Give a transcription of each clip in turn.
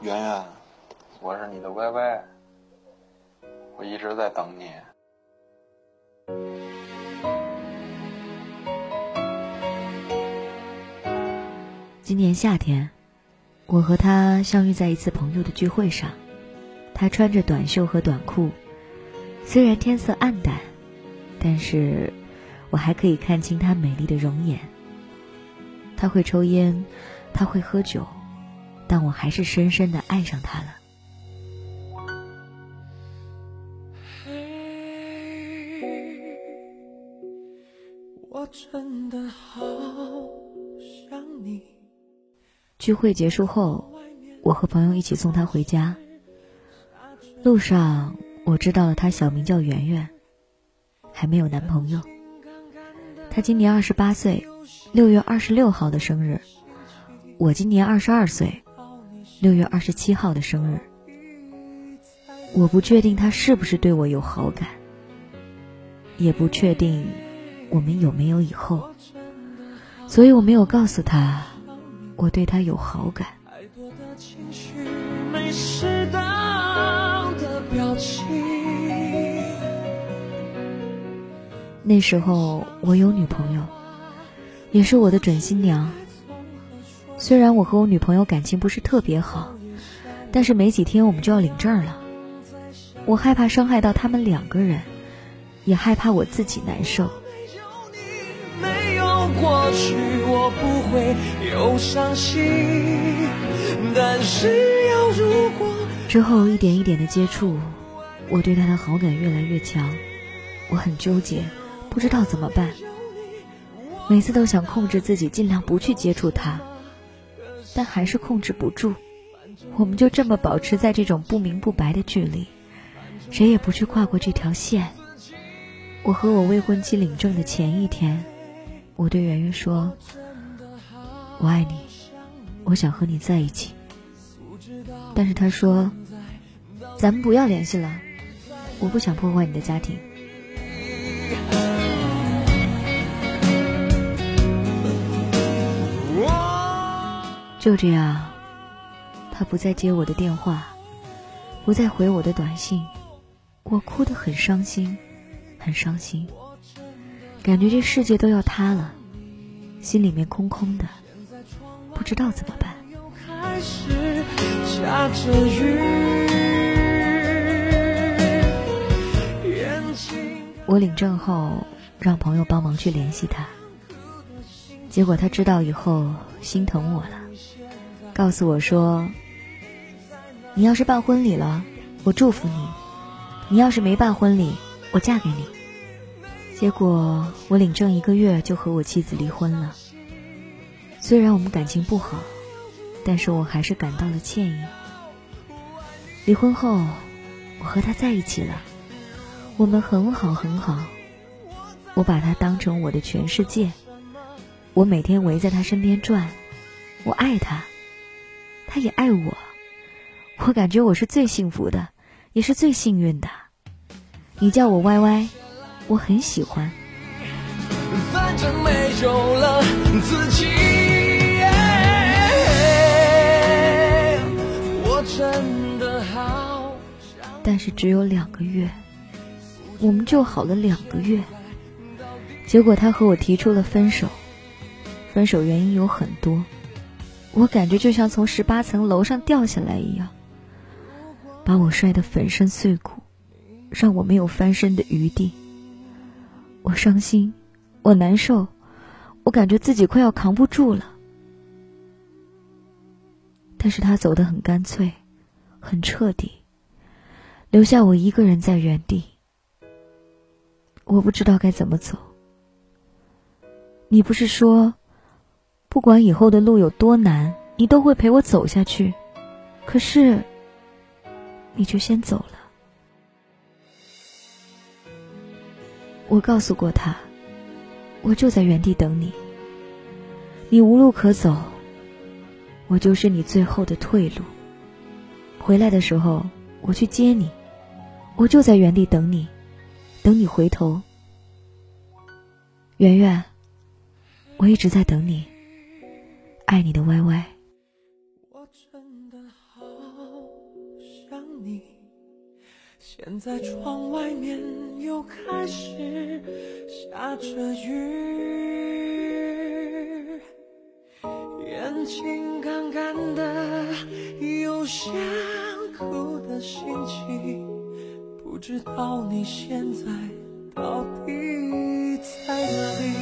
圆圆，我是你的歪歪，我一直在等你。 今年夏天，我和他相遇在一次朋友的聚会上。他穿着短袖和短裤，虽然天色暗淡，但是我还可以看清他美丽的容颜。他会抽烟，他会喝酒，但我还是深深地爱上他了。 我真的好想你。 聚会结束后，我和朋友一起送他回家。路上我知道了她小名叫圆圆，还没有男朋友。她今年28岁，6月26号的生日。我今年22岁，6月27号的生日。我不确定她是不是对我有好感，也不确定我们有没有以后，所以我没有告诉她我对她有好感。那时候我有女朋友，也是我的准新娘。虽然我和我女朋友感情不是特别好，但是没几天我们就要领证了。我害怕伤害到他们2个人，也害怕我自己难受。 没有过去我不会有伤心，但是要如果之后一点一点的接触，我对他的好感越来越强。我很纠结，不知道怎么办。每次都想控制自己尽量不去接触他，但还是控制不住。我们就这么保持在这种不明不白的距离，谁也不去跨过这条线。我和我未婚妻领证的前一天，我对圆圆说，我爱你，我想和你在一起。但是他说，咱们不要联系了，我不想破坏你的家庭。就这样，他不再接我的电话，不再回我的短信，我哭得很伤心，很伤心，感觉这世界都要塌了，心里面空空的，不知道怎么办。 下着雨， 我领证后让朋友帮忙去联系他，结果他知道以后心疼我了，告诉我说，你要是办婚礼了，我祝福你；你要是没办婚礼，我嫁给你。结果我领证1个月就和我妻子离婚了。虽然我们感情不好，但是我还是感到了歉意。离婚后，我和他在一起了，我们很好很好，我把他当成我的全世界，我每天围在他身边转，我爱他，他也爱我，我感觉我是最幸福的，也是最幸运的。你叫我歪歪，我很喜欢。 反正没有了自己，我真的好想。 但是只有2个月，我们就好了2个月，结果他和我提出了分手。分手原因有很多，我感觉就像从18层楼上掉下来一样，把我摔得粉身碎骨，让我没有翻身的余地。我伤心，我难受，我感觉自己快要扛不住了。但是他走得很干脆，很彻底，留下我一个人在原地。我不知道该怎么走。你不是说，不管以后的路有多难，你都会陪我走下去，可是你就先走了。我告诉过他，我就在原地等你，你无路可走，我就是你最后的退路。回来的时候我去接你，我就在原地等你，等你回头。圆圆，我一直在等你，爱你的歪歪。 我真真的好想你，现在窗外面又开始下着雨，眼睛干干的，有想哭的心情，不知道你现在到底在哪里。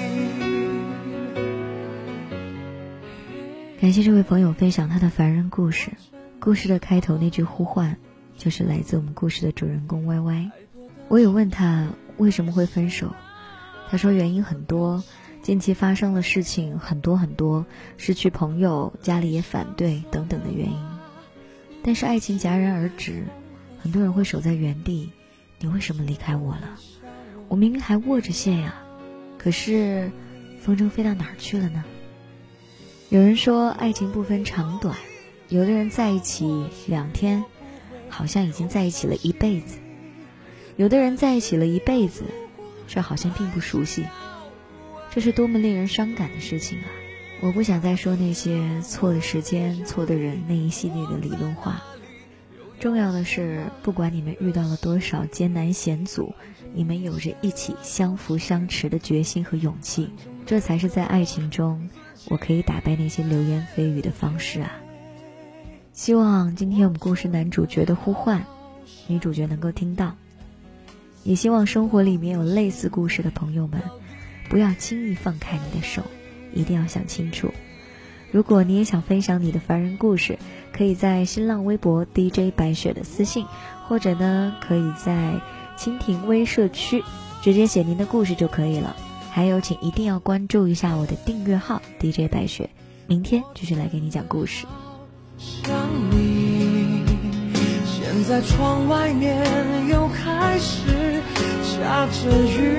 感谢这位朋友分享他的凡人故事，故事的开头那句呼唤就是来自我们故事的主人公 YY。 我有问他为什么会分手，他说原因很多，近期发生的事情很多，失去朋友，家里也反对等等的原因。但是爱情戛然而止，很多人会守在原地，你为什么离开我了？我明明还握着线呀，可是风筝飞到哪儿去了呢？有人说爱情不分长短，有的人在一起2天好像已经在一起了一辈子，有的人在一起了一辈子却好像并不熟悉，这是多么令人伤感的事情啊！我不想再说那些错的时间错的人那一系列的理论话，重要的是不管你们遇到了多少艰难险阻，你们有着一起相扶相持的决心和勇气，这才是在爱情中我可以打败那些流言蜚语的方式啊！希望今天我们故事男主角的呼唤，女主角能够听到，也希望生活里面有类似故事的朋友们，不要轻易放开你的手，一定要想清楚。如果你也想分享你的凡人故事，可以在新浪微博 DJ 白雪的私信，或者呢可以在蜻蜓微社区直接写您的故事就可以了。还有请一定要关注一下我的订阅号 DJ 白雪，明天继续来给你讲故事。 想你，现在窗外面又开始下着雨，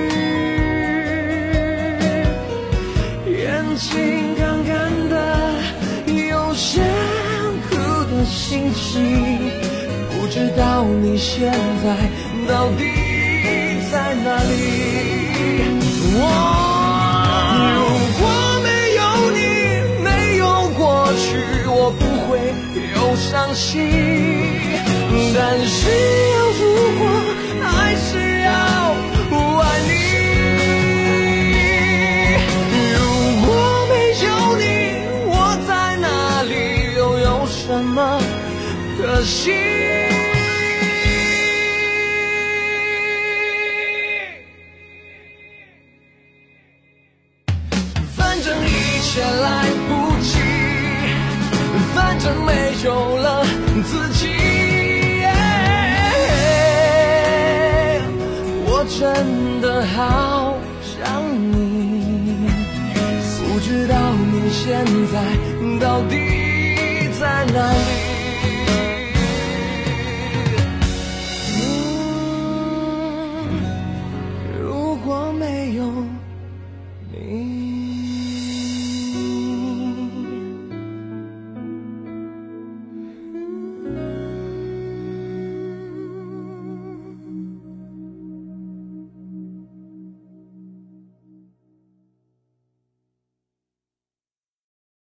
眼睛干干的，有想哭的心情，不知道你现在到底在哪里。如果没有你，没有过去，我不会有伤心。但是如果还是要爱你，如果没有你，我在哪里，又有什么可惜？也来不及，反正没有了自己。我真的好想你，不知道你现在